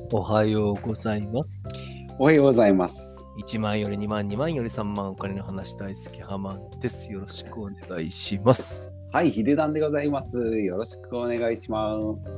おはようございます。 おはようございます。 1万より2万、2万より3万、お金の話大好きハマンです。よろしくお願いします。 はい、ヒデダンでございます。よろしくお願いします。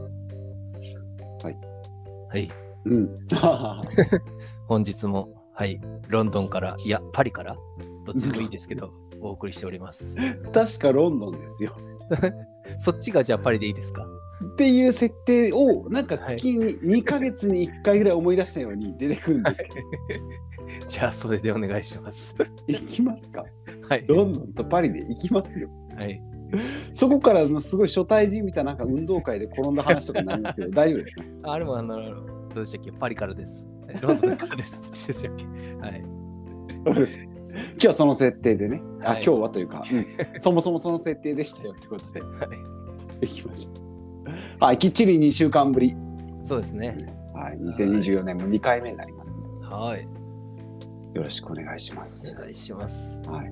はい。 はい。 うん。 本日も、はい、ロンドンから、いや、パリから、どっちでもいいですけど、お送りしております。 確かロンドンですよ。 そっちがじゃあパリでいいですかっていう設定を、なんか月に2ヶ月に1回ぐらい思い出したように出てくるんですけど。 じゃあ、それでお願いします。 行きますか。 はい。 ロンドンとパリで行きますよ。 はい。 そこからのすごい初対人みたいな、なんか運動会で転んだ話とかになりますけど、大丈夫ですか？ あれもどうでしたっけ？パリからです。ロンドンからです。どっちでしたっけ？はい。 今日はその設定でね、 はい、 今日はというか、そもそもその設定でしたよってことで、はい、行きましょう。はい、きっちり2週間ぶり。 そうですね。 はい、2024年も2回目になります、ね。 はい。 よろしくお願いします。 お願いします。 はい。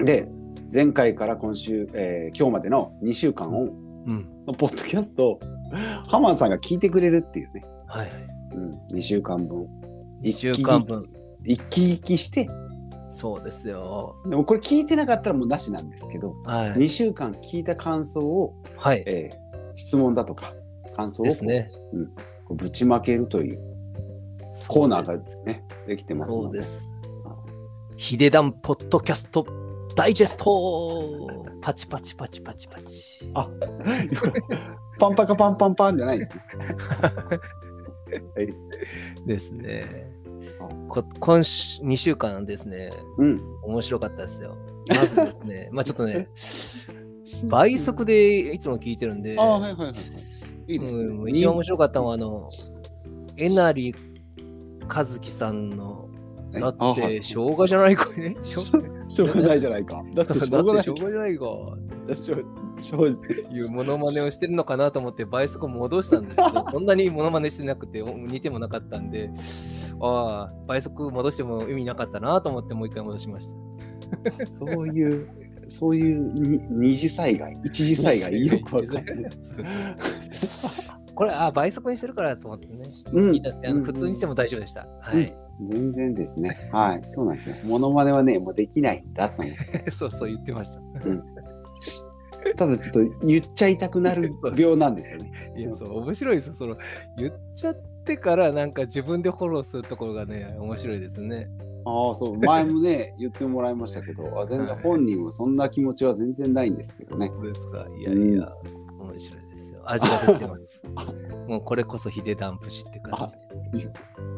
で、前回から今週、今日までの2週間を、のポッドキャストをハマンさんが聞いてくれるっていうね。 はい。 2週間分。 2週間分。 一気聞きして。 そうですよ。 でもこれ聞いてなかったらもうなしなんですけど、 はい、 2週間聞いた感想を、 はい、 質問だとか感想をですね、 ぶちまけるというコーナーがねできてますので。 そうです。ヒデダンポッドキャストダイジェストパチパチパチパチパチ。 あ、パンパカパンパンパンじゃないですね。はい、ですね。今週2週間ですね、面白かったですよ。まずですね、まあちょっとね、倍速でいつも聞いてるんで、 いいですね。 一番面白かったのはえなりかずきさんのだってしょうがじゃないかね。 しょうがないじゃないか。 だってしょうがじゃないか。いうモノマネをしてるのかなと思って倍速戻したんですけど、そんなにモノマネしてなくて似てもなかったんで、倍速戻しても意味なかったなと思ってもう一回戻しました。 そういう二次災害、一次災害よくわかんない。 これ倍速にしてるからと思ってね。普通にしても大丈夫でした。はい。 全然ですね。はい、そうなんですよ。モノマネはね、もうできないんだと思って。 そう言ってました。 ただちょっと言っちゃいたくなる病なんですよね。 いや、そう面白いですよ。言っちゃってからなんか自分でフォローするところがね、面白いですね。 そう、前もね言ってもらいましたけど、全然本人はそんな気持ちは全然ないんですけどね。 そうですか。いや、面白いですよ。味が出てます。もうこれこそヒデダン節って感じ。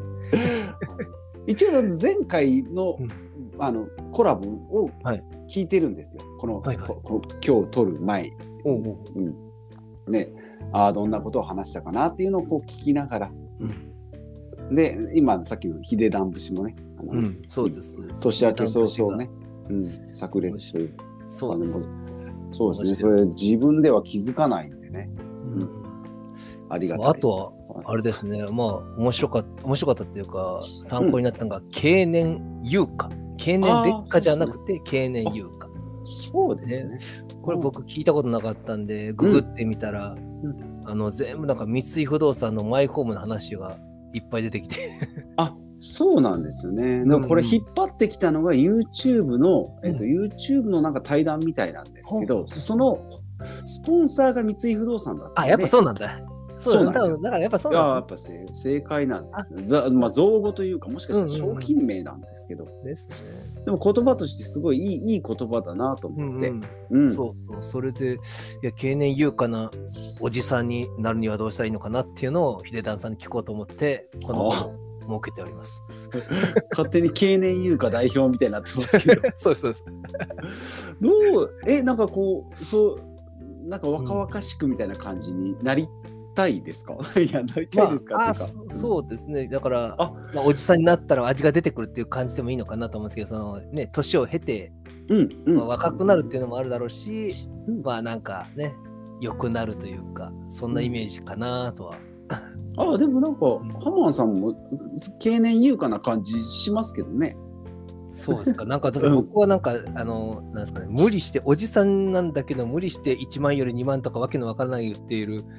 一応前回の、コラボを聞いてるんですよ。今日撮る前。ね、どんなことを話したかなっていうのをこう聞きながら。で、今さっきのヒデダン節もね、 そうです。 年明け早々ね、炸裂する。そうですね。それ自分では気づかないんでね。ありがたいです。 あとはあれですね。まあ面白かったっていうか参考になったのが経年優化。経年劣化じゃなくて経年優化。 そうですね。 これ僕聞いたことなかったんでググってみたら、全部なんか三井不動産のマイホームの話がいっぱい出てきてそうなんですよね。でもこれ引っ張ってきたのが YouTube の、YouTube のなんか対談みたいなんですけど、そのスポンサーが三井不動産だったんで。 やっぱそうなんだ。 そうなんですよ。 だからやっぱそうなんですね。やっぱ正解なんですね。造語というか、もしかしたら商品名なんですけど。 ですね。 でも言葉としてすごいいい言葉だなと思って。 それで、経年優化なおじさんになるにはどうしたらいいのかなっていうのをヒデダンさんに聞こうと思って、この設けております。 勝手に経年優化代表みたいになってますけど。 そうです。 なんかこう、なんか若々しくみたいな感じになりたいですか？いや、なりたいですかっていうか。 そうですね。だから、おじさんになったら味が出てくるっていう感じでもいいのかなと思うんですけど、年を経て、若くなるっていうのもあるだろうし、なんかね、良くなるというか、そんなイメージかなとは。 でもなんか、ハマンさんも経年優化な感じしますけどね。 そうですか。なんかだって僕はなんか、なんですかね、無理しておじさんなんだけど無理して1万より2万とかわけのわからない言っている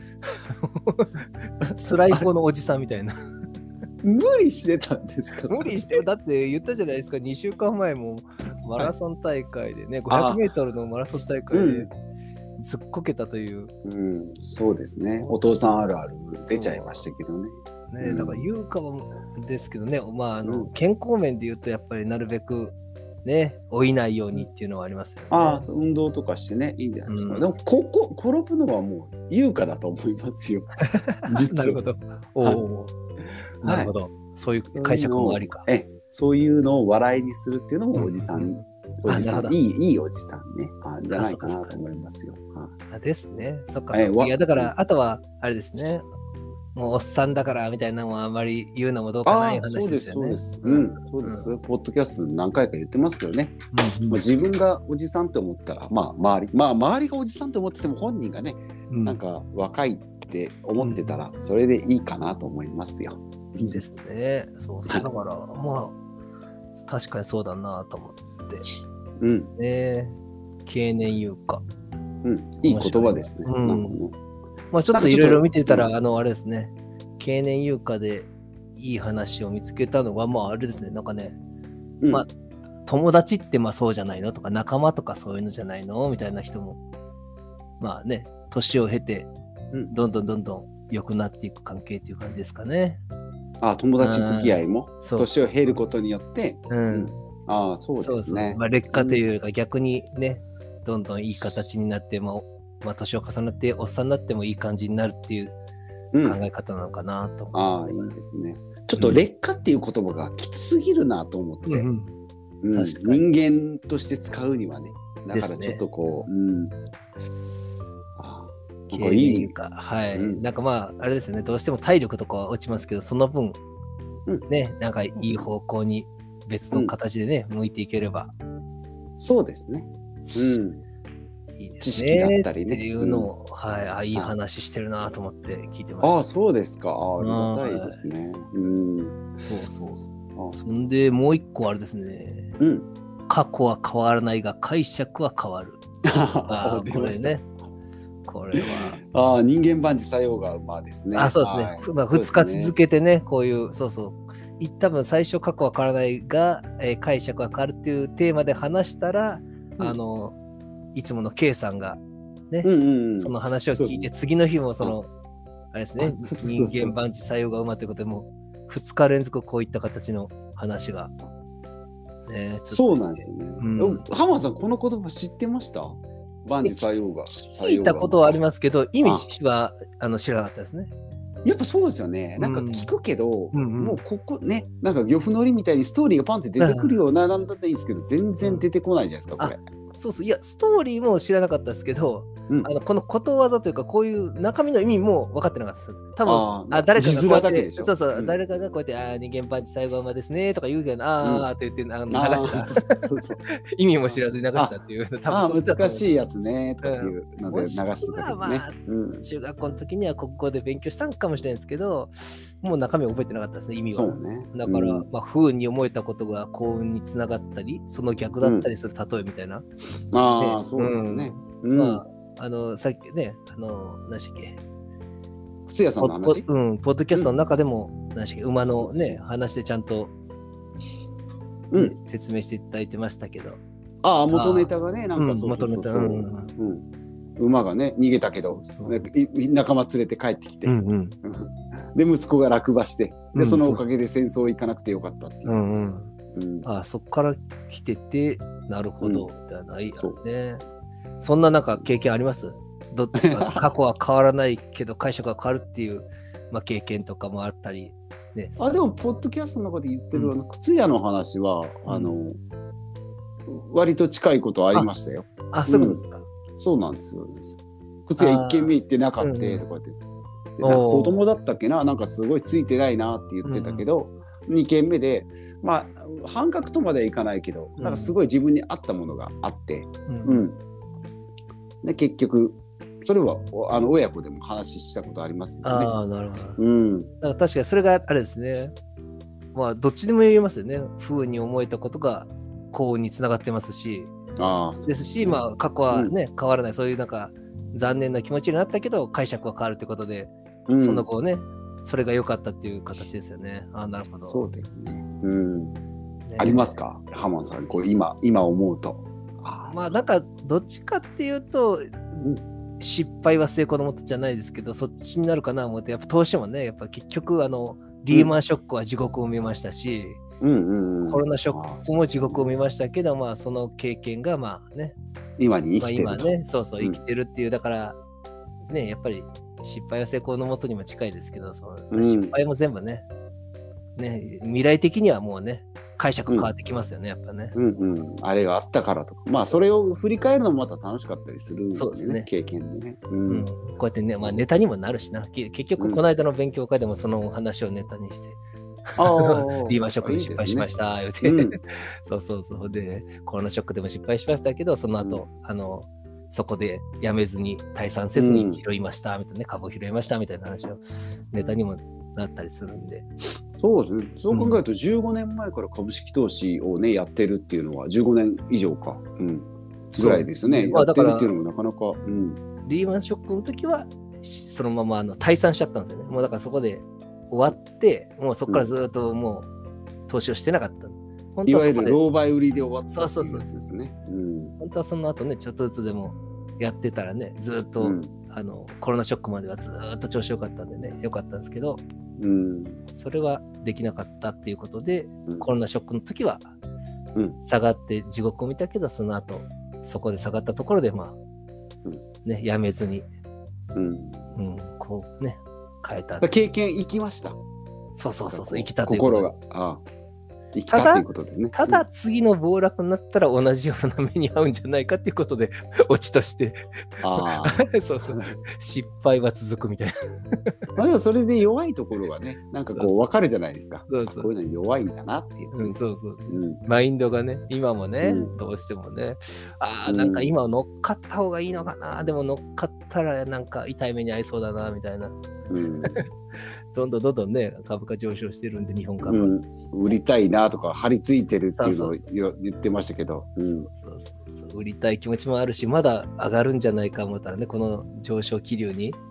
辛い方のおじさんみたいな。 無理してたんですか？ 無理してだって言ったじゃないですか。2週間前もマラソン大会でね、500メートルのマラソン大会でずっこけたという、 そうですね。お父さんあるある出ちゃいましたけどね。 だから優香はですけどね、まあ健康面で言うとやっぱりなるべくね老いないようにっていうのはありますよね。 運動とかしてね、いいんじゃないですか。でも転ぶのはもう優香だと思いますよ。実は。 なるほど。なるほど。そういう解釈もありか。 そういうのを笑いにするっていうのもおじさん、いいおじさんね、じゃないかなと思いますよ。 ですね。そっか。いやだからあとはあれですね。もうおっさんだからみたいなのもあんまり言うのもどうかない話ですよね。 そうです。ポッドキャスト何回か言ってますけどね。自分がおじさんって思ったら、周りがおじさんって思ってても本人がね、なんか若いって思ってたらそれでいいかなと思いますよ。 いいですね。そうだからまあ確かにそうだなと思って。経年優香。 いい言葉ですね。 まあちょっといろいろ見てたら、あれですね、経年優香でいい話を見つけたのは、まああれですね、なんかね、まあ友達ってまあそうじゃないのとか、仲間とかそういうのじゃないのみたいな人も、まあね、年を経て、どんどん良くなっていく関係っていう感じですかね。 友達付き合いも、年を経ることによって、そうですね。 まあ劣化というか、逆にね、どんどんいい形になって、まあ年を重ねておっさんになってもいい感じになるっていう考え方なのかなと思って。 いいですね。ちょっと劣化っていう言葉がきつすぎるなと思って、人間として使うにはね、だからちょっとこう、いいか、なんかまああれですね、どうしても体力とかは落ちますけど、その分ね、なんかいい方向に別の形でね、向いていければ。 そうですね。 いいですね。 知識だったりね。 っていうのを、いい話してるなと思って聞いてました。 そうですか。ありがたいですね。 そう。そんでもう一個あれですね。過去は変わらないが解釈は変わる。これね。これは。人間万事作用が馬ですね。 そうですね。2日続けてね、こういう、多分最初過去は変わらないが、解釈は変わるっていうテーマで話したら、いつもの K さんがね、その話を聞いて、次の日もあれですね、人間万事作用が馬ということで、もう2日連続こういった形の話が。 そうなんですよね。浜田さん、この言葉知ってました？万事作用が。 聞いたことはありますけど、意味は知らなかったですね。 やっぱそうですよね。なんか聞くけど、もうここね、なんか漁夫のりみたいにストーリーがパンって出てくるような、なんだったらいいんですけど、全然出てこないじゃないですか、これ。 いや、ストーリーも知らなかったですけど、このことわざというか、こういう中身の意味も分かってなかったです。多分、誰かがこうやって、誰かがこうやって、人間パンチ最後馬ですねとか言うけど、って言って流した。意味も知らずに流したっていう。 難しいやつねとかっていうので流してたけどね。 中学校の時には国語で勉強したんかもしれないですけど、もう中身を覚えてなかったですね、意味は。 そうね。 だから、不運に思えたことが幸運につながったり、その逆だったりする例えみたいな。 そうですね。 さっきね、何でしたっけ、 靴屋さんの話？ ポッドキャストの中でも、何でしたっけ、馬のね、話でちゃんと説明していただいてましたけど。 元ネタがね、なんか元ネタ。馬がね、逃げたけど、仲間連れて帰ってきて、で、息子が落馬して、で、そのおかげで戦争行かなくてよかったっていう。 そっから来てて、なるほど、みたいな、いいね。そんななんか経験あります？過去は変わらないけど解釈が変わるっていう、経験とかもあったり、ね。 でもポッドキャストの中で言ってる靴屋の話は割と近いことありましたよ。 そういうことですか。 そうなんですよ。靴屋1軒目行ってなかったとかって、子供だったっけな、なんかすごいついてないなって言ってたけど、2軒目で半額とまではいかないけど、なんかすごい自分に合ったものがあって、で結局それは親子でも話したことありますよね。 なるほど。だから確かにそれがあれですね。どっちでも言えますよね。不運に思えたことが幸運につながってますし、ですし、 まあ過去はね、変わらない、そういうなんか残念な気持ちになったけど解釈は変わるということで、その後ね、それが良かったっていう形ですよね。なるほど。 そうですね。ありますか、浜野さん、こう今思うと。 まあなんかどっちかっていうと、失敗は成功のもとじゃないですけど、そっちになるかなと思って、やっぱ投資もね、やっぱ結局リーマンショックは地獄を見ましたし、コロナショックも地獄を見ましたけど、まあその経験がまあね、 今に生きてると。 今ね、そう生きてるっていう、だからね、やっぱり失敗は成功のもとにも近いですけど、失敗も全部ね、未来的にはもうね、解釈変わってきますよね、やっぱね。 あれがあったからとか、まあそれを振り返るのもまた楽しかったりするんですね、経験でね。 こうやってね、まあネタにもなるしな。結局この間の勉強会でもその話をネタにして、リーマンショックで失敗しました言うて、そうでコロナショックでも失敗しましたけど、その後、そこでやめずに退散せずに拾いましたみたいなね、株を拾いましたみたいな話をネタにもなったりするんで。 そうですね。そう考えると15年前から株式投資をねやってるっていうのは15年以上か、ぐらいですね。やってるっていうのもなかなか、 リーマンショックの時はそのまま退散しちゃったんですよね。もうだからそこで終わって、もうそこからずっともう投資をしてなかった。 いわゆる狼狽売りで終わったっていうやつですね。 本当はその後ね、ちょっとずつでもやってたらね、ずっと、コロナショックまではずっと調子良かったんでね、良かったんですけど、それはできなかったっていうことで、コロナショックの時は下がって地獄を見たけど、その後そこで下がったところでまあ、やめずに、こうね変えた。 経験生きました。 そう生きたということ。 心が。生きたということですね。 ただ次の暴落になったら同じような目に遭うんじゃないかっていうことでオチとして失敗は続くみたいなまあでもそれで弱いところがね、なんかこう分かるじゃないですか。こういうのに弱いんだなっていう。 マインドがね、今もね、どうしてもね、なんか今乗っかった方がいいのかな、でも乗っかったらなんか痛い目に遭いそうだなみたいな。どんどんね株価上昇してるんで、日本株、 売りたいなとか張り付いてるっていうのを言ってましたけど、 売りたい気持ちもあるし、まだ上がるんじゃないか思ったらね、この上昇気流に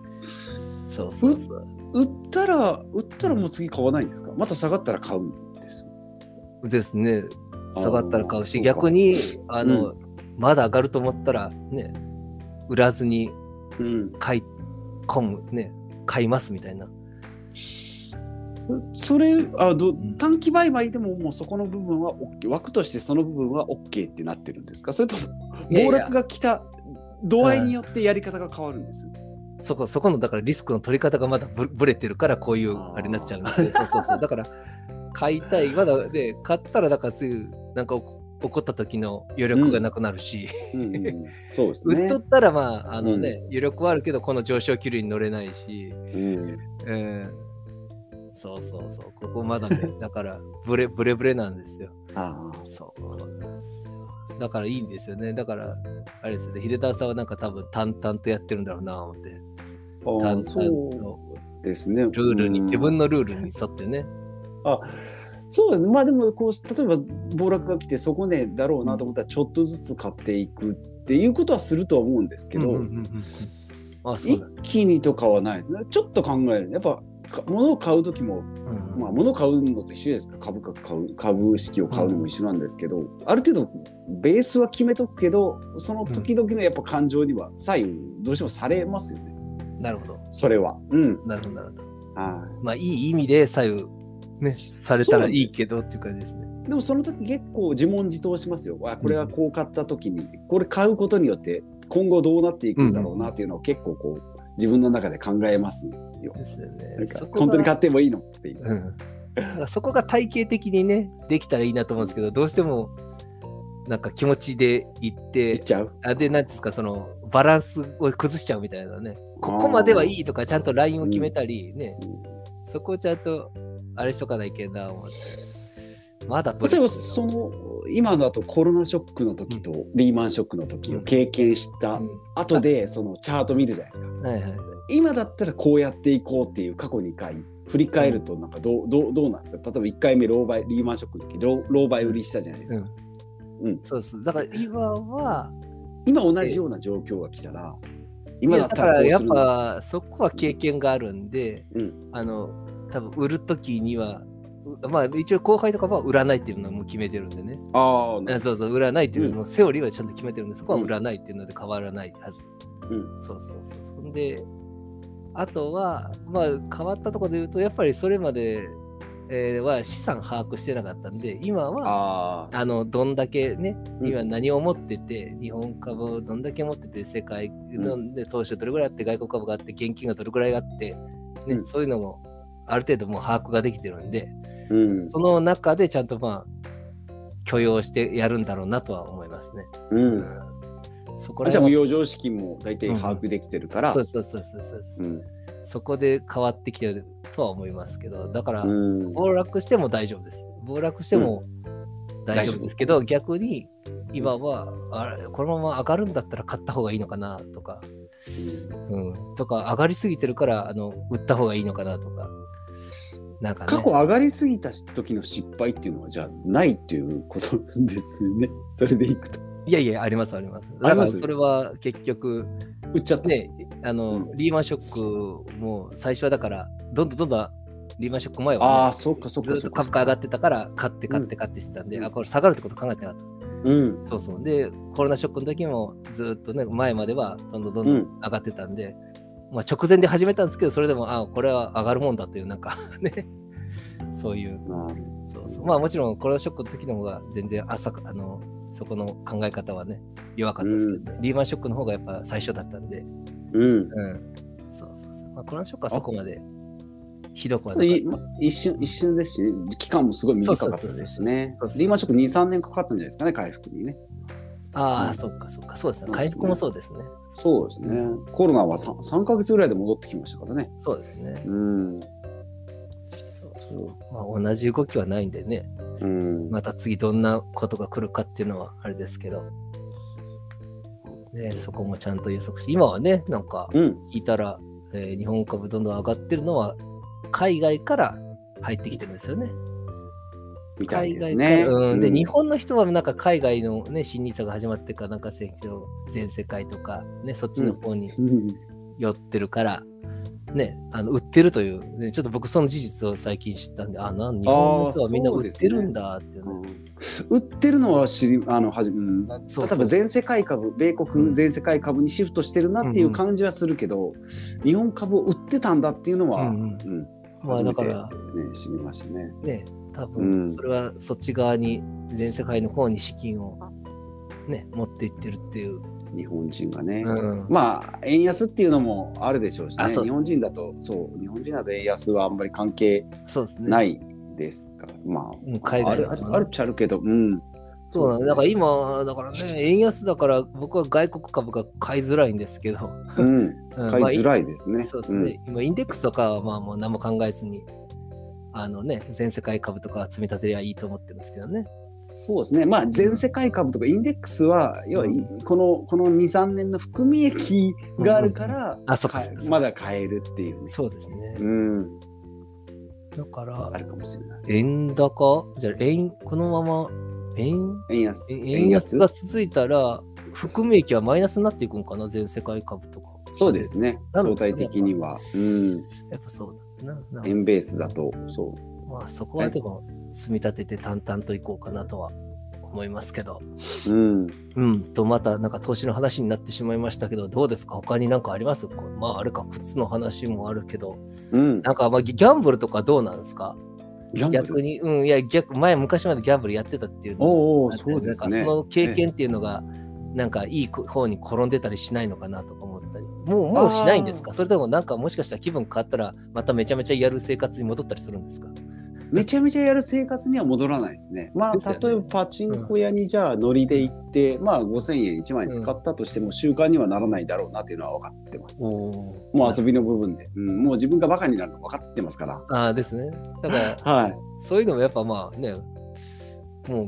売ったらもう次買わないんですか？また下がったら買うんですね。下がったら買うし、逆にまだ上がると思ったらね、売らずに買い込むね、買いますみたいな。 それ短期売買でももうそこの部分は OK、 枠としてその部分は OK ってなってるんですか？それとも暴落が来た度合いによってやり方が変わるんです？ そこのだからリスクの取り方がまだブレてるからこういうあれになっちゃうんですね。だから買いたい、まだで買ったらだから次なんか起こった時の余力がなくなるし、 そうですね。 売っとったらまあ余力はあるけどこの上昇気流に乗れないし、ここまだね、だからブレなんですよ。そうなんですよ。だからいいんですよね。だからあれですよね、秀田さんはなんか多分淡々とやってるんだろうなと思って。 そうですね。 自分のルールに沿ってね。 そうですね。まあでもこう例えば暴落が来てそこねだろうなと思ったらちょっとずつ買っていくっていうことはするとは思うんですけど、一気にとかはないですね。ちょっと考える。やっぱ物を買う時も、物を買うのと一緒ですか？株式を買うのも一緒なんですけど、ある程度ベースは決めとくけど、その時々のやっぱ感情には左右どうしてもされますよね。 なるほど。 それは。 なるほど。まあいい意味で左右ねされたらいいけどっていう感じですね。 でもその時結構自問自答しますよ。これはこう買った時に、これ買うことによって今後どうなっていくんだろうなっていうのを結構こう自分の中で考えますよ。ですよね。本当に買ってもいいのっていう。 そこが体系的にねできたらいいなと思うんですけど、どうしてもなんか気持ちでいっちゃう。 でなんですか、そのバランスを崩しちゃうみたいなね。ここまではいいとかちゃんとラインを決めたりね、そこをちゃんとあれしとかないけんな思って。まだ例えばその今のあとコロナショックの時とリーマンショックの時を経験した後でそのチャート見るじゃないですか。今だったらこうやっていこうっていう過去2回振り返るとなんかどうなんですか？例えば1回目リーマンショックの時狼狽売りしたじゃないですか。 そうです。だから今同じような状況が来たら、 今だったらこうするの。だからやっぱそこは経験があるんで、多分売るときには、まあ一応後輩とかは売らないっていうのも決めてるんでね。そうそう、売らないっていうのセオリーはちゃんと決めてるんで、そこは売らないっていうので変わらないはず。そうそうそう。そんで、あとは、まあ変わったところで言うと、やっぱりそれまで、は資産把握してなかったんで、今はどんだけね、今何を持ってて、日本株をどんだけ持ってて、世界の、で投資をどれぐらいあって、外国株があって、現金がどれぐらいあって、ね、そういうのもある程度もう把握ができてるんで、その中でちゃんとまあ許容してやるんだろうなとは思いますね。 そこらじゃあ無用常識も大体把握できてるから、 そう。そこで変わってきてるとは思いますけど、だから暴落しても大丈夫です。暴落しても大丈夫ですけど、逆に今はこのまま上がるんだったら買った方がいいのかなとか、とか上がりすぎてるから売った方がいいのかなとか。なんかね、 過去上がりすぎた時の失敗っていうのはじゃあないっていうことですね。それでいくと。 いやあります。だからそれは結局売っちゃったね、リーマンショックも最初はだからどんどんリーマンショック前はね、ずっと株価上がってたから買ってしてたんで、これ下がるってこと考えてなかった。そう。でコロナショックの時もずっとね前まではどんどん上がってたんで。まあ、直前で始めたんですけど、それでもこれは上がるもんだというなんかね、そういう、そうまあもちろんコロナショックの時の方が全然そこの考え方はね弱かったですけど、リーマンショックの方がやっぱ最初だったんで、そう、まあ、コロナショックはそこまでひどくはなかった。 一瞬ですし、期間もすごい短かったですしね。リーマンショック 2,3 年かかったんじゃないですかね、回復にね。 そっか。そうですね。回復もそうですね。 そうですね。コロナは 3ヶ月ぐらいで戻ってきましたからね。 そうですね。まあ、同じ動きはないんでね。また次どんなことが来るかっていうのはあれですけど。ね、そこもちゃんと予測して、今はね、なんか聞いたら、日本株どんどん上がってるのは海外から入ってきてるんですよね。 海外から、 で日本の人はなんか海外のね新NISAが始まってからなんか全世界とかねそっちの方に寄ってるからね売ってるという、ね、ちょっと僕その事実を最近知ったんで日本の人はみんな売ってるんだっていうね。 売ってるのは例えば全世界株米国全世界株にシフトしてるなっていう感じはするけど、日本株を売ってたんだっていうのは、 まあだからね知りましたね。 多分それはそっち側に全世界の方に資金をね持っていってるっていう日本人がね、まあ円安っていうのもあるでしょうしね。日本人だと円安はあんまり関係ないですから、まあ海外あるっちゃあるけど、 そうなんだから今だからね円安だから僕は外国株が買いづらいんですけど、 買いづらいですね。 そうですね。今インデックスとかはまあもう何も考えずに全世界株とか積み立てりゃいいと思ってるんですけどね。 そうですね。まあ全世界株とかインデックスは要はこの 2,3 年の含み益があるからまだ買えるっていう、 そうですね。だからあるかもしれない。 円高じゃあこのまま円安が続いたら含み益はマイナスになっていくんかな、全世界株とか。 そうですね。相対的には。 やっぱそうだな。 円ベースだとそう。 まあそこはでも積み立てて淡々といこうかなとは思いますけど。とまたなんか投資の話になってしまいましたけど、どうですか？他に何かあります？まああれか靴の話もあるけど、なんかまあギャンブルとかどうなんですか？逆に昔までギャンブルやってたっていうのを、そうですね。その経験っていうのがなんかいい方に転んでたりしないのかなとか思ったり、もうしないんですか？それともなんかもしかしたら気分変わったらまためちゃめちゃやる生活に戻ったりするんですか？ めちゃめちゃやる生活には戻らないですね。まあ例えばパチンコ屋にじゃあノリで行って、まあ5,000円1万円使ったとしても習慣にはならないだろうなっていうのは分かってます。もう遊びの部分で、もう自分がバカになるの分かってますから。 ですね。だから、そういうのもやっぱまあね、もう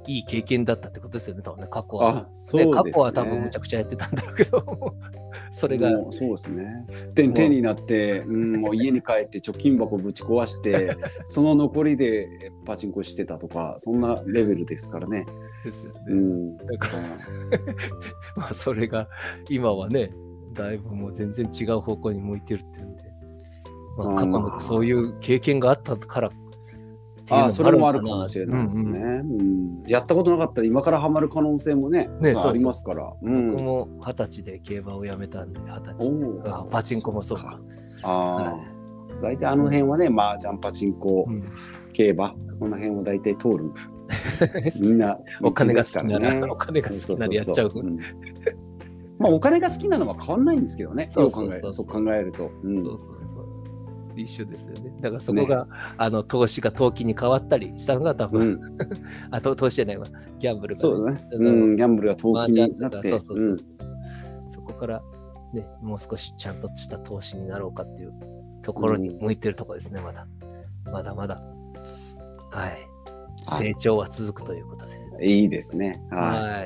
いい経験だったってことですよね、多分ね、過去は。 そうですね。 過去は多分むちゃくちゃやってたんだろうけど、それが。 そうですね。すってんてんになって、もう家に帰って貯金箱ぶち壊して、その残りでパチンコしてたとか、そんなレベルですからね。 ですよね。だからまあそれが今はね、だいぶもう全然違う方向に向いてるっていうんで、まあ、過去のそういう経験があったからそれもあるかもしれないですね。やったことなかったら今からハマる可能性もねありますから。 僕も20歳で競馬をやめたんで、20歳パチンコもそうか。 大体あの辺はね、麻雀、パチンコ、競馬、この辺は大体通る。みんなお金が好きなら、お金が好きならやっちゃう。 まあお金が好きなのは変わんないんですけどね。そう考えると。そうそう一緒ですよね。だからそこが、投資が投機に変わったりしたのが多分、投資じゃないわ、ギャンブルが、 そうだね。ギャンブルが投機になって、 そこからね、もう少しちゃんとした投資になろうかっていうところに向いてるところですね、まだまだ。はい。成長は続くということで。 いいですね。はい。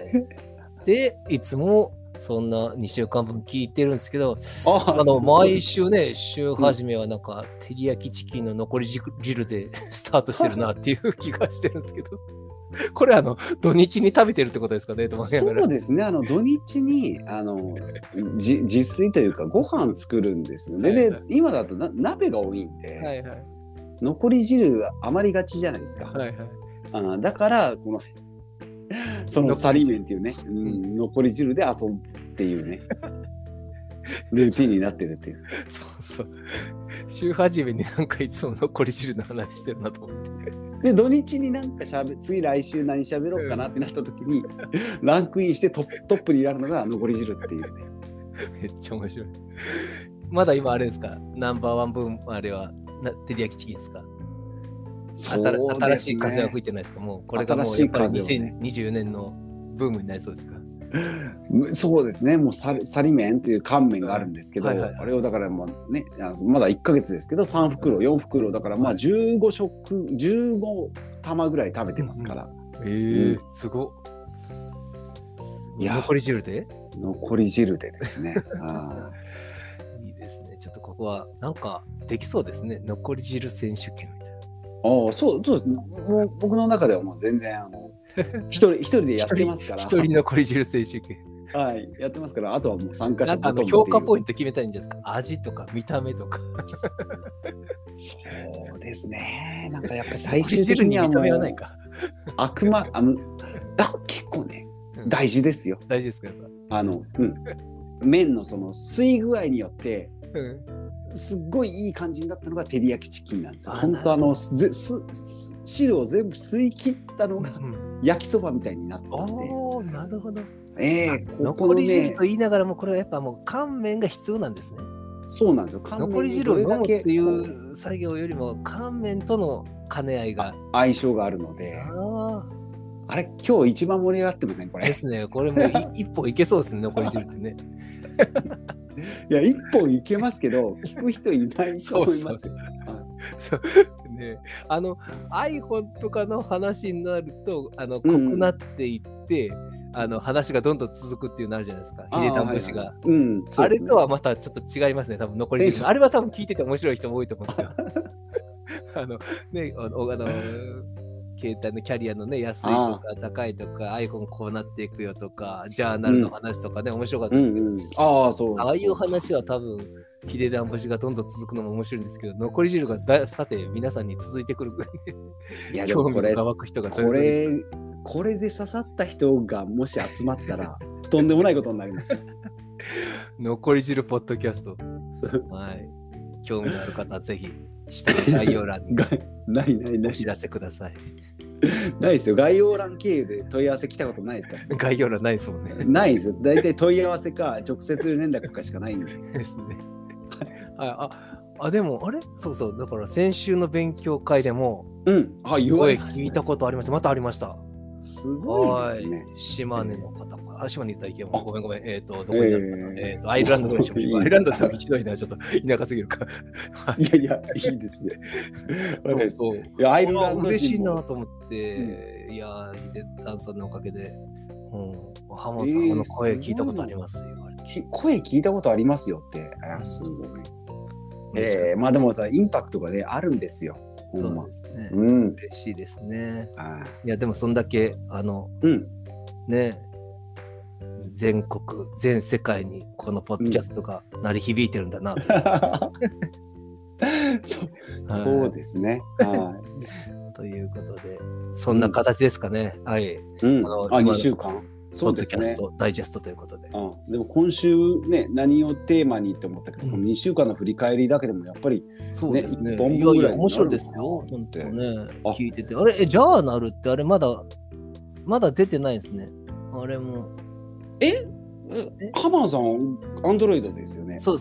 で、いつもそんな2週間分聞いてるんですけど、毎週ね、週始めはなんか、照り焼きチキンの残り汁でスタートしてるなっていう気がしてるんですけど、これ土日に食べてるってことですかね、 そうですね、土日に自炊というか、ご飯作るんですよね。で、今だと鍋が多いんで、残り汁余りがちじゃないですか。だから、そのサリ麺っていうね、残り汁で遊ぶっていうね、ルーティンになってるっていう。 そう。週始めになんかいつも残り汁の話してるなと思って。 で、土日になんか次来週何喋ろうかなってなった時に、ランクインしてトップになるのが残り汁っていうね。 めっちゃ面白い。まだ今あれですか、ナンバーワンブームあれは照り焼きチキンですか？新しい風は吹いてないですか？もうこれがもうやっぱり2024年のブームになりそうですか？ そうですね。もうサリ麺っていう乾麺があるんですけど、あれをだからもうね、まだ1ヶ月ですけど、3袋4袋だからまあ15玉ぐらい食べてますから。 すごい。残り汁で？ 残り汁でですね。 いいですね。ちょっとここはなんかできそうですね。残り汁選手権みたいな。 そうですね。もう僕の中ではもう全然一人でやってますから。 一人残り汁選手権。 はい、やってますから、あとはもう参加者と評価ポイント決めたいんじゃないですか。味とか見た目とか。 そうですね。なんかやっぱり最終的にはもう見た目はないか。 結構ね、大事ですよ。 大事ですか？ 麺のその吸い具合によって。すっごいいい感じになったのが照り焼きチキンなんですよ。本当汁を全部吸い切ったのが焼きそばみたいになってて。 なるほど。 残り汁と言いながらもこれはやっぱもう乾麺が必要なんですね。 そうなんですよ。 残り汁を飲むっていう作業よりも乾麺との兼ね合いが相性があるので。あれ今日一番盛り上がってませんこれ。 ですね。これも一本いけそうですね。残り汁ってね。 いや一本いけますけど聞く人いないと思いますよ。 ね、iPhone とかの話になると濃くなっていって、話がどんどん続くっていうのあるじゃないですか。ヒデダン節が、あれとはまたちょっと違いますね。多分残り汁。あれは多分聞いてて面白い人も多いと思うんですよ。携帯のキャリアのね、安いとか高いとか iPhone こうなっていくよとかジャーナルの話とかね、面白かったですけど、ああいう話は多分ヒデダン節がどんどん続くのも面白いんですけど、残り汁がさて皆さんに続いてくるいやでもこれで刺さった人がもし集まったらとんでもないことになります。 残り汁ポッドキャスト、はい、興味のある方はぜひ下の概要欄にお知らせください。 ないですよ。概要欄経由で問い合わせ来たことないですから、ね。 概要欄ないですもんね。 ないですよ。大体問い合わせか直接連絡かしかないんで。 ですね。でもあれそうだから先週の勉強会でも声聞いたことありました。またありました。 すごいですね。 島根の方から島に行ったら行けば、ごめん。どこになるかアイルランドぐらいしましょう。アイルランドって一度にはちょっと田舎すぎるか。 いやいや、いいですね。 そう。いや、アイルランド嬉しいなと思って、いや、ヒデダンさんのおかげで、ハモさんの声聞いたことありますよ。 声聞いたことありますよって。すごい。まあでもさ、インパクトがね、あるんですよ。 そうですね。嬉しいですね。いや、でもそんだけ、ね、全国、全世界にこのポッドキャストが鳴り響いてるんだなと。 そうですね。 ということで、そんな形ですかね。はい。 2週間。 そうですね。ポッドキャストダイジェストということで。 でも今週ね、何をテーマにって思ったけど、2週間の振り返りだけでもやっぱり、 そうですね。いやいや、面白いですよ。本当ね。聞いてて。あれ、ジャーナルってあれまだ出てないですね。あれも。 ハマーさん、アンドロイドですよね。 そう。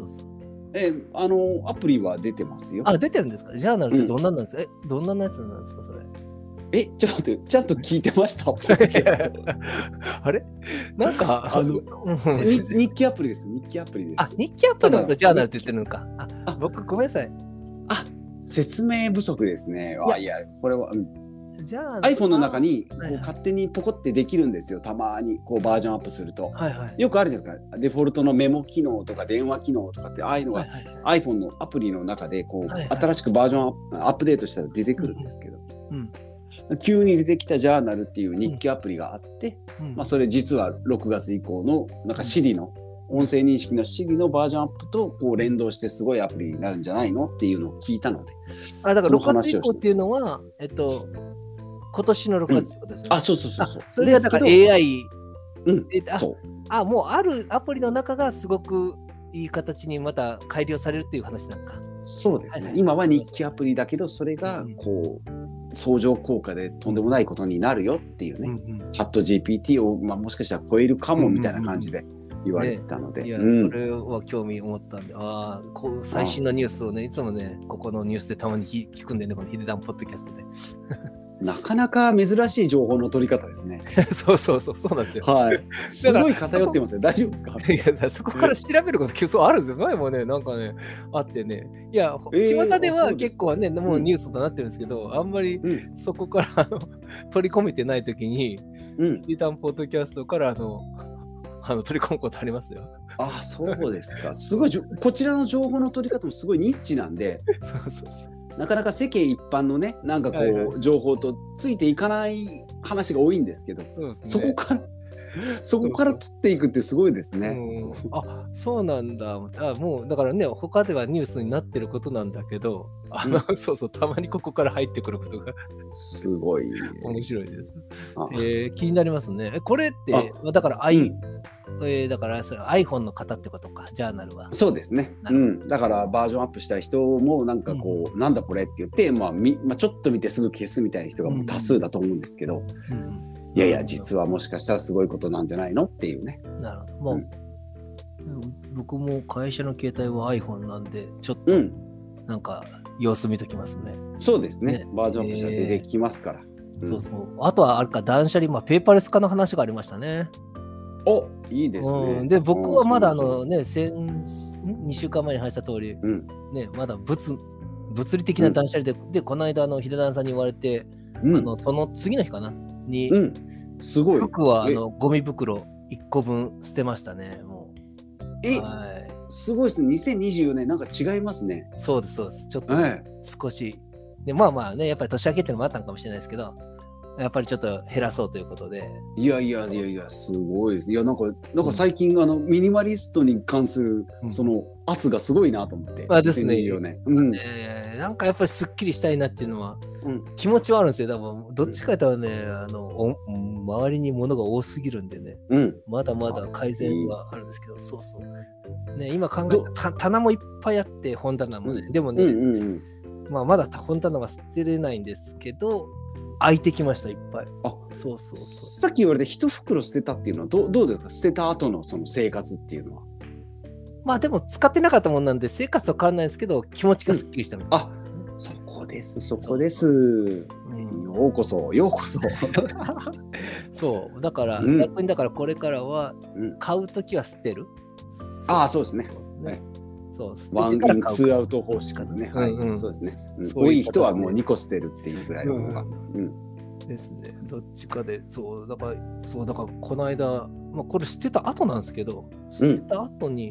アプリは出てますよ。 出てるんですか？ジャーナルってどんななんですか？どんなやつなんですか、それ。 ちょっと待って、ちゃんと聞いてましたあれなんか、 日記アプリです。日記アプリです。 日記アプリなんかジャーナルって言ってるのか。僕、ごめんなさい。 説明不足ですね。いや、これは、iPhone の中にこう勝手にポコってできるんですよ。たまにこうバージョンアップすると。よくあるじゃないですか。デフォルトのメモ機能とか電話機能とかって、ああいうのが iPhone のアプリの中でこう新しくバージョンアップデートしたら出てくるんですけど。急に出てきたジャーナルっていう日記アプリがあって、それ実は6月以降のなんか Siri の音声認識の Siri のバージョンアップとこう連動してすごいアプリになるんじゃないのっていうのを聞いたので。 だから6月以降っていうのは、今年の6月ってことですね。 そう。 それがだから AI、もうあるアプリの中がすごくいい形にまた改良されるっていう話なんか。 そうですね。今は日記アプリだけど、それがこう相乗効果でとんでもないことになるよっていうね。チャット GPT をもしかしたら超えるかもみたいな感じで言われてたので。 いや、それは興味思ったんで、こう最新のニュースをね、いつもね、ここのニュースでたまに聞くんでね、このヒデダンポッドキャストで。 なかなか珍しい情報の取り方ですね。 そうなんですよ。 すごい偏ってますよ。大丈夫ですか？ いや、そこから調べることそうあるんですよ。前もね、なんかね、あってね。いや、巷では結構ね、もうニュースとなってるんですけど、あんまりそこから取り込めてないときに、ヒデダンポッドキャストから取り込むことありますよ。 そうですか。すごい、こちらの情報の取り方もすごいニッチなんで。なかなか世間一般のね、なんかこう、情報とついていかない話が多いんですけど、そこから取っていくってすごいですね。そうなんだ。もうだからね、他ではニュースになってることなんだけど、たまにここから入ってくることがすごい面白いです。気になりますね。これってだからだからそれ iPhone の方ってことか、ジャーナルは。そうですね。だからバージョンアップした人もなんかこう、なんだこれって言って、ちょっと見てすぐ消すみたいな人がもう多数だと思うんですけど、いや実はもしかしたらすごいことなんじゃないのっていうね。なるほど。僕も会社の携帯は iPhone なんで、ちょっとなんか様子見ときますね。そうですね。バージョンアップしたら出てきますから。あとはあれか、断捨離、ペーパーレス化の話がありましたね。いいですね。で、僕はまだ2週間前に話した通り、まだ物理的な断捨離で、この間ヒデダンさんに言われて、その次の日かなに、すごい。僕はゴミ袋1個分捨てましたね。もう。すごいですね。2024年なんか違いますね。そうです。ちょっと少し。で、やっぱり年明けっていうのもあったのかもしれないですけど、やっぱりちょっと減らそうということで。いや、すごいです。いや、なんか最近ミニマリストに関するその圧がすごいなと思って。ですね。なんかやっぱりすっきりしたいなっていうのは気持ちはあるんですよ。多分どっちかというとね、周りに物が多すぎるんでね、まだまだ改善はあるんですけど、ね、今考えた棚もいっぱいあって本棚もね、でもね、まだ本棚は捨てれないんですけど。空いてきました、いっぱい。さっき言われた一袋捨てたっていうのはどうですか？捨てた後のその生活っていうのは。でも使ってなかったもんなんで生活は変わらないですけど、気持ちがすっきりしたみたいな。そこです、そこです。ようこそ、ようこそ。 そうだから、逆にだからこれからは買うときは捨てる。 ああ、そうですね。 そう、 ワンインツーアウト方式ですね。はい、そうですね。多い人はもう2個捨てるっていうぐらいの方が。 ですね。どっちかで、そうだからこの間、まあこれ捨てた後なんですけど、捨てた後に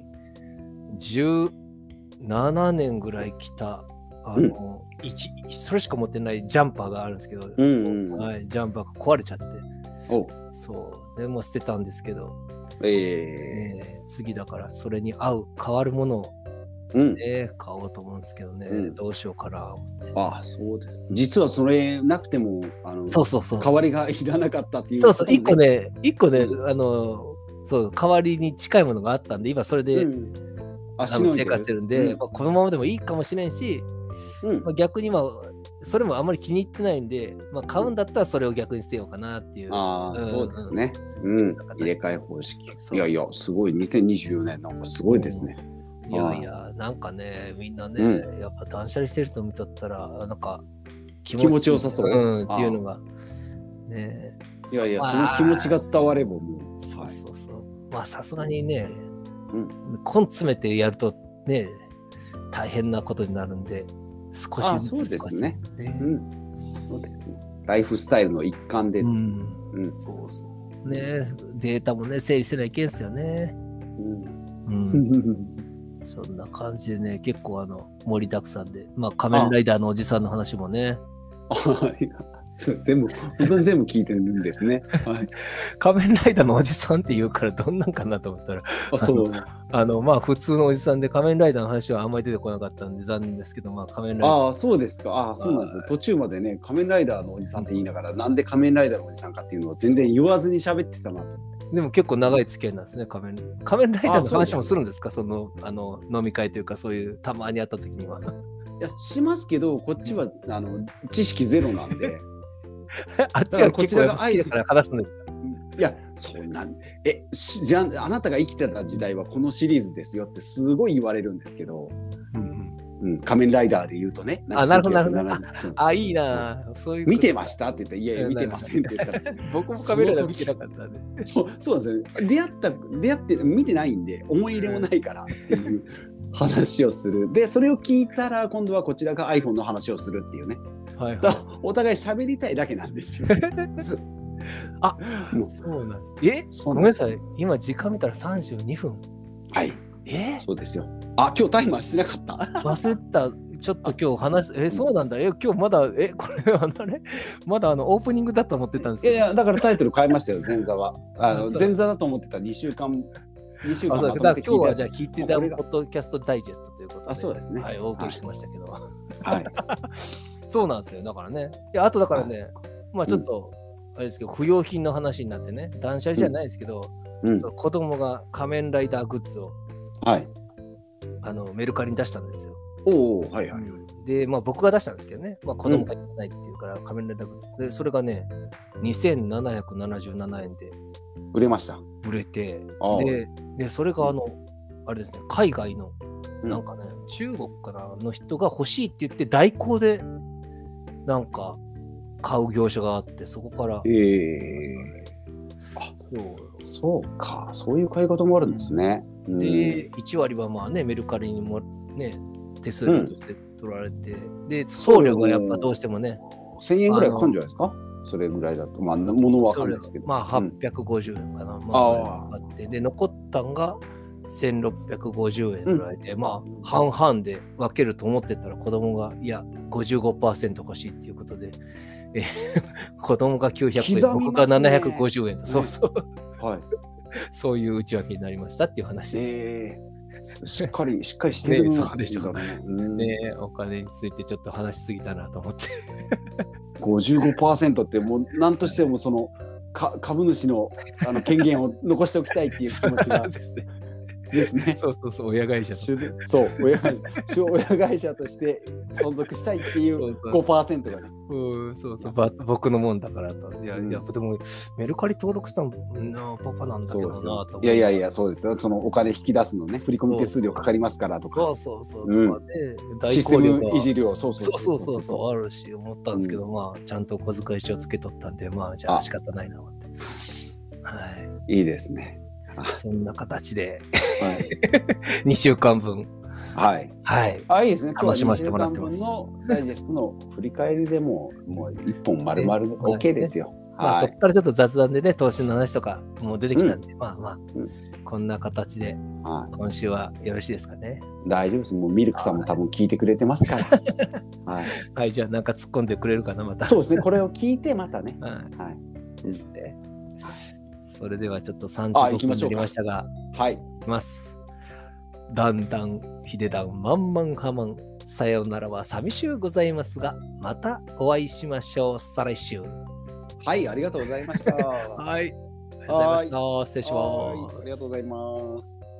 17年ぐらい着たそれしか持ってないジャンパーがあるんですけど、はい、ジャンパーが壊れちゃって、そうでもう捨てたんですけど、次だからそれに変わるものを買おうと思うんですけどね、どうしようかな思って。 ああ、そうです。実はそれなくてもそう代わりがいらなかったっていう、 そう、一個ね、そう代わりに近いものがあったんで、今それで、生活してるんで、このままでもいいかもしれんし、逆にそれもあんまり気に入ってないんで、買うんだったらそれを逆に捨てようかなっていう。 そうですね。入れ替え方式。いやいや、すごい。2024年なんかすごいですね。 いやいや、なんかね、みんなね、やっぱ断捨離してる人見とったら、なんか気持ちよさそう。 っていうのがね。 いやいや、その気持ちが伝わればもう。 そう。まあさすがにね、根詰めてやるとね、大変なことになるんで、少しずつ。 そうですね。そうですね。ライフスタイルの一環で。 そう。ね、データもね、整理せないけんすよね。そんな感じでね、結構盛りだくさんで、仮面ライダーのおじさんの話もね。 本当に全部聞いてるんですね。 仮面ライダーのおじさんって言うからどんなんかなと思ったら、普通のおじさんで仮面ライダーの話はあんまり出てこなかったんで残念ですけど、仮面ライダー。 そうですか。そうなんですよ。途中までね、仮面ライダーのおじさんって言いながら、なんで仮面ライダーのおじさんかっていうのを全然言わずに喋ってたなと。 でも結構長い付き合いなんですね、仮面ライダーの話もするんですか、飲み会というか、そういうたまに会った時には。 いや、しますけど、こっちは知識ゼロなんで。 あっちはこちらが好きだから話すんですか。 いや、そんなんじゃあなたが生きてた時代はこのシリーズですよってすごい言われるんですけど、仮面ライダーで言うとね。 なるほどなるほど。いいな。そういう見てましたって言ったら、いや見てませんって言ったら、 僕も仮面ライダー見てなかったんで。 そうなんですよ。出会って見てないんで思い入れもないからっていう話をする。でそれを聞いたら今度はこちらが iPhone の話をするっていうね。お互い喋りたいだけなんですよ。 そうなんです。ごめんなさい。今時間見たら32分。 はい。そうですよ。今日タイマーしてなかった。 忘れた。ちょっと今日話す。そうなんだ。今日まだこれまだオープニングだと思ってたんですけど。 いやだからタイトル変えましたよ。前座は前座だと思ってた2週間まとめて聞いた。 今日はじゃあ聞いてたポッドキャストダイジェストということで。 そうですね。 はい、お送りしましたけど。 はい。 そうなんですよ。だからね。あとだからね、ちょっとあれですけど、不要品の話になってね、断捨離じゃないですけど、子供が仮面ライダーグッズをメルカリに出したんですよ。で、僕が出したんですけどね、子供がいないっていうから仮面ライダーグッズで、それがね、2777円で売れました。 売れて、でそれがあれですね、海外のなんかね、中国からの人が欲しいって言って代行でなんか買う業者があって、そこからそうか、そういう買い方もあるんですね。 で1割はメルカリにもね手数料として取られて、で送料がやっぱどうしてもね 1000円ぐらいかかるんじゃないですか。それぐらいだと物は分かんないですけど、 850円かな、あってで残ったんが1650円ぐらいで、半々で分けると思ってたら子供がいや 55% 欲しいっていうことで、子供が900円、僕が750円と、そういう内訳になりましたっていう話です。 しっかりしてるそうでしょうね。お金についてちょっと話しすぎたなと思って。 55% ってもう何としてもその株主の権限を残しておきたいっていう気持ちがですね。 そうそうそう、親会社。 そう、親会社として存続したいっていう5%がね。 そうそう、僕のもんだからと。いや、でもメルカリ登録したのパパなんだけどなと。 いや、そうですよ。そのお金引き出すのね、振り込み手数料かかりますからとか。 そう、 システム維持料、そうあるし、思ったんですけど、まあ、ちゃんとお小遣い帳つけとったんで、まあ、じゃあ仕方ないなって。はい。 いいですね。 そんな形で、2週間分。 はい。いいですね。 楽しませてもらってます。 のダイジェストの振り返りでもう1本丸々 OK ですよ。 まあ、そこからちょっと雑談でね、投資の話とかも出てきたんで、まあ、こんな形で、今週はよろしいですかね。 大丈夫です。もうミルクさんも多分聞いてくれてますから。 はい、じゃあなんか突っ込んでくれるかな、また。 そうですね。これを聞いてまたね。はい。 ですね。それではちょっと35分になりましたが、 はい。 いきます。だんだん、ひでだん、まんまんはまん。さようならは寂しゅうございますが、またお会いしましょう。再来週。 はい、ありがとうございました。 はい。ありがとうございました。失礼します。 ありがとうございます。